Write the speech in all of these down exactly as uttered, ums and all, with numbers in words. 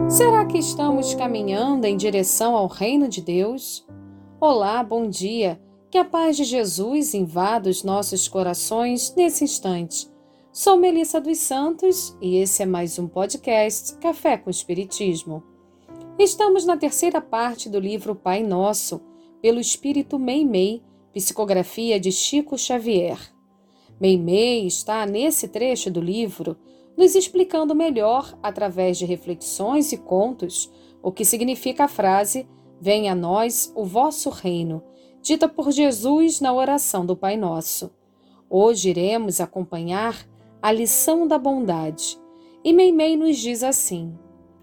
Será que estamos caminhando em direção ao reino de Deus? Olá, bom dia. Que a paz de Jesus invada os nossos corações nesse instante. Sou Melissa dos Santos e esse é mais um podcast Café com Espiritismo. Estamos na terceira parte do livro Pai Nosso, pelo Espírito Meimei, psicografia de Chico Xavier. Meimei está nesse trecho do livro nos explicando melhor, através de reflexões e contos, o que significa a frase "Venha a nós o vosso reino", dita por Jesus na oração do Pai Nosso. Hoje iremos acompanhar a lição da bondade, e Meimei nos diz assim: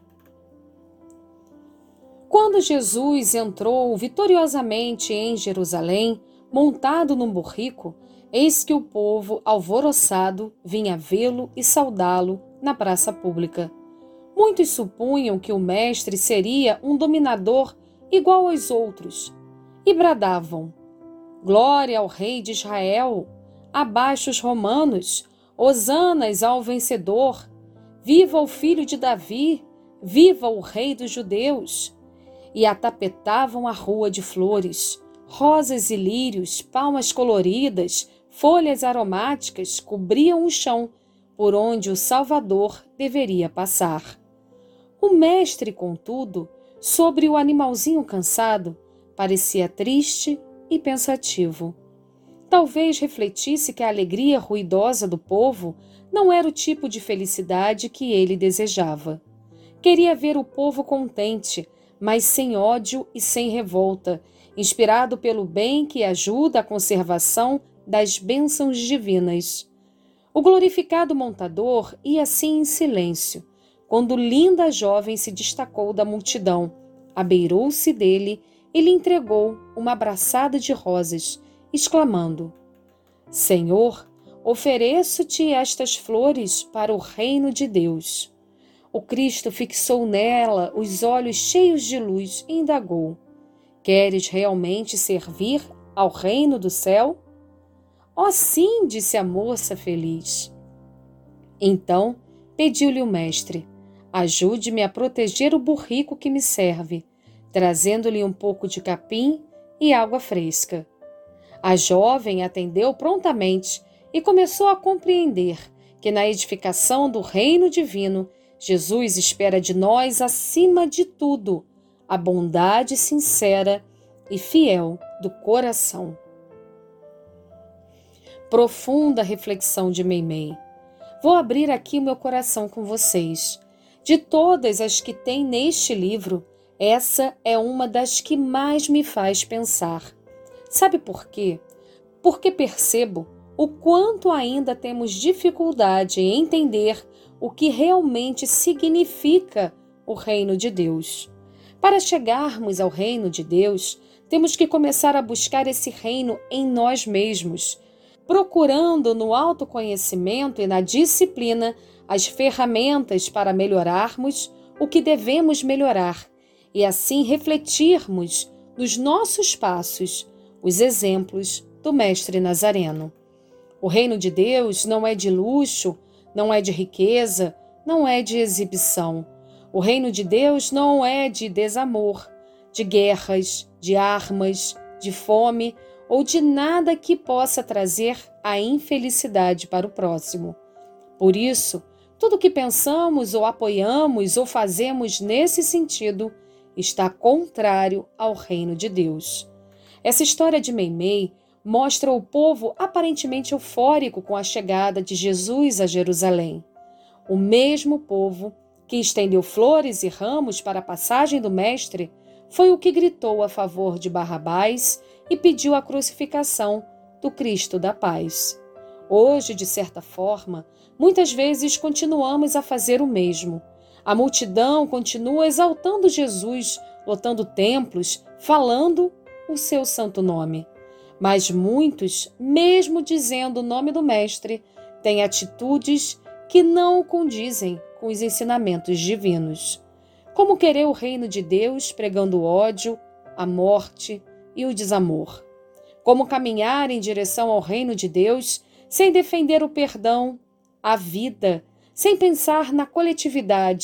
Quando Jesus entrou vitoriosamente em Jerusalém, montado num burrico, eis que o povo, alvoroçado, vinha vê-lo e saudá-lo na praça pública. Muitos supunham que o mestre seria um dominador igual aos outros, e bradavam: Glória ao rei de Israel! Abaixo os romanos! Hosanas ao vencedor! Viva o filho de Davi! Viva o rei dos judeus! E atapetavam a rua de flores, rosas e lírios, palmas coloridas, folhas aromáticas cobriam o chão por onde o Salvador deveria passar. O mestre, contudo, sobre o animalzinho cansado, parecia triste e pensativo. Talvez refletisse que a alegria ruidosa do povo não era o tipo de felicidade que ele desejava. Queria ver o povo contente, mas sem ódio e sem revolta, inspirado pelo bem que ajuda a conservação das bênçãos divinas. O glorificado montador ia assim em silêncio, quando linda jovem se destacou da multidão, abeirou-se dele e lhe entregou uma abraçada de rosas, exclamando: Senhor, ofereço-te estas flores para o reino de Deus. O Cristo fixou nela os olhos cheios de luz e indagou: Queres realmente servir ao reino do céu? Oh, sim, disse a moça feliz. Então pediu-lhe o mestre: Ajude-me a proteger o burrico que me serve, trazendo-lhe um pouco de capim e água fresca. A jovem atendeu prontamente e começou a compreender que na edificação do reino divino, Jesus espera de nós, acima de tudo, a bondade sincera e fiel do coração. Profunda reflexão de Meimei. Vou abrir aqui o meu coração com vocês. De todas as que tem neste livro, essa é uma das que mais me faz pensar. Sabe por quê? Porque percebo o quanto ainda temos dificuldade em entender o que realmente significa o reino de Deus. Para chegarmos ao reino de Deus, temos que começar a buscar esse reino em nós mesmos, procurando no autoconhecimento e na disciplina as ferramentas para melhorarmos o que devemos melhorar e assim refletirmos nos nossos passos os exemplos do Mestre Nazareno. O reino de Deus não é de luxo, não é de riqueza, não é de exibição. O reino de Deus não é de desamor, de guerras, de armas, de fome ou de nada que possa trazer a infelicidade para o próximo. Por isso, tudo que pensamos ou apoiamos ou fazemos nesse sentido está contrário ao reino de Deus. Essa história de Meimei mostra o povo aparentemente eufórico com a chegada de Jesus a Jerusalém. O mesmo povo que estendeu flores e ramos para a passagem do Mestre foi o que gritou a favor de Barrabás e pediu a crucificação do Cristo da paz. Hoje, de certa forma, muitas vezes continuamos a fazer o mesmo. A multidão continua exaltando Jesus, lotando templos, falando o seu santo nome. Mas muitos, mesmo dizendo o nome do Mestre, têm atitudes que não condizem com os ensinamentos divinos. Como querer o reino de Deus pregando o ódio, a morte e o desamor? Como caminhar em direção ao reino de Deus sem defender o perdão, a vida, sem pensar na coletividade,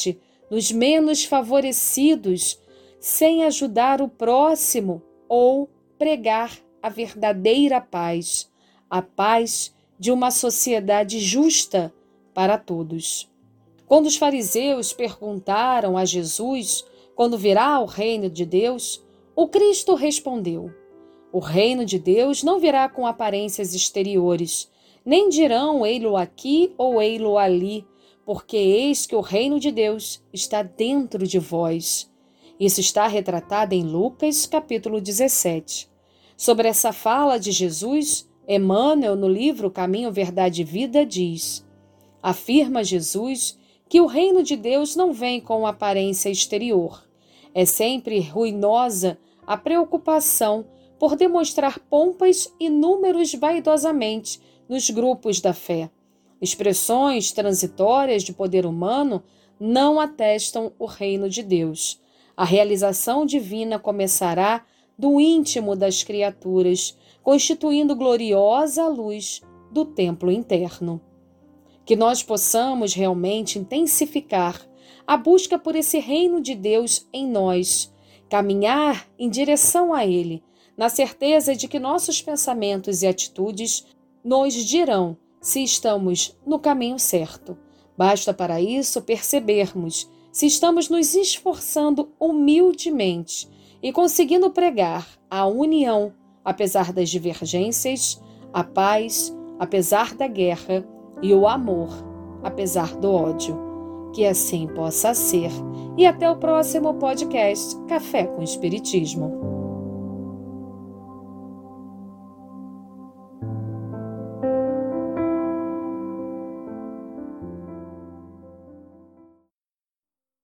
nos menos favorecidos, sem ajudar o próximo ou pregar a verdadeira paz, a paz de uma sociedade justa para todos. Quando os fariseus perguntaram a Jesus quando virá o reino de Deus, o Cristo respondeu: o reino de Deus não virá com aparências exteriores, nem dirão ei-lo aqui ou ei-lo ali, porque eis que o reino de Deus está dentro de vós. Isso está retratado em Lucas, capítulo dezessete. Sobre essa fala de Jesus, Emmanuel, no livro Caminho, Verdade e Vida, diz: afirma Jesus que o reino de Deus não vem com aparência exterior. É sempre ruinosa a preocupação por demonstrar pompas e números vaidosamente nos grupos da fé. Expressões transitórias de poder humano não atestam o reino de Deus. A realização divina começará do íntimo das criaturas, constituindo gloriosa luz do templo interno. Que nós possamos realmente intensificar a busca por esse reino de Deus em nós, caminhar em direção a ele, na certeza de que nossos pensamentos e atitudes nos dirão se estamos no caminho certo. Basta para isso percebermos se estamos nos esforçando humildemente e conseguindo pregar a união, apesar das divergências, a paz, apesar da guerra, e o amor, apesar do ódio. Que assim possa ser. E até o próximo podcast Café com Espiritismo.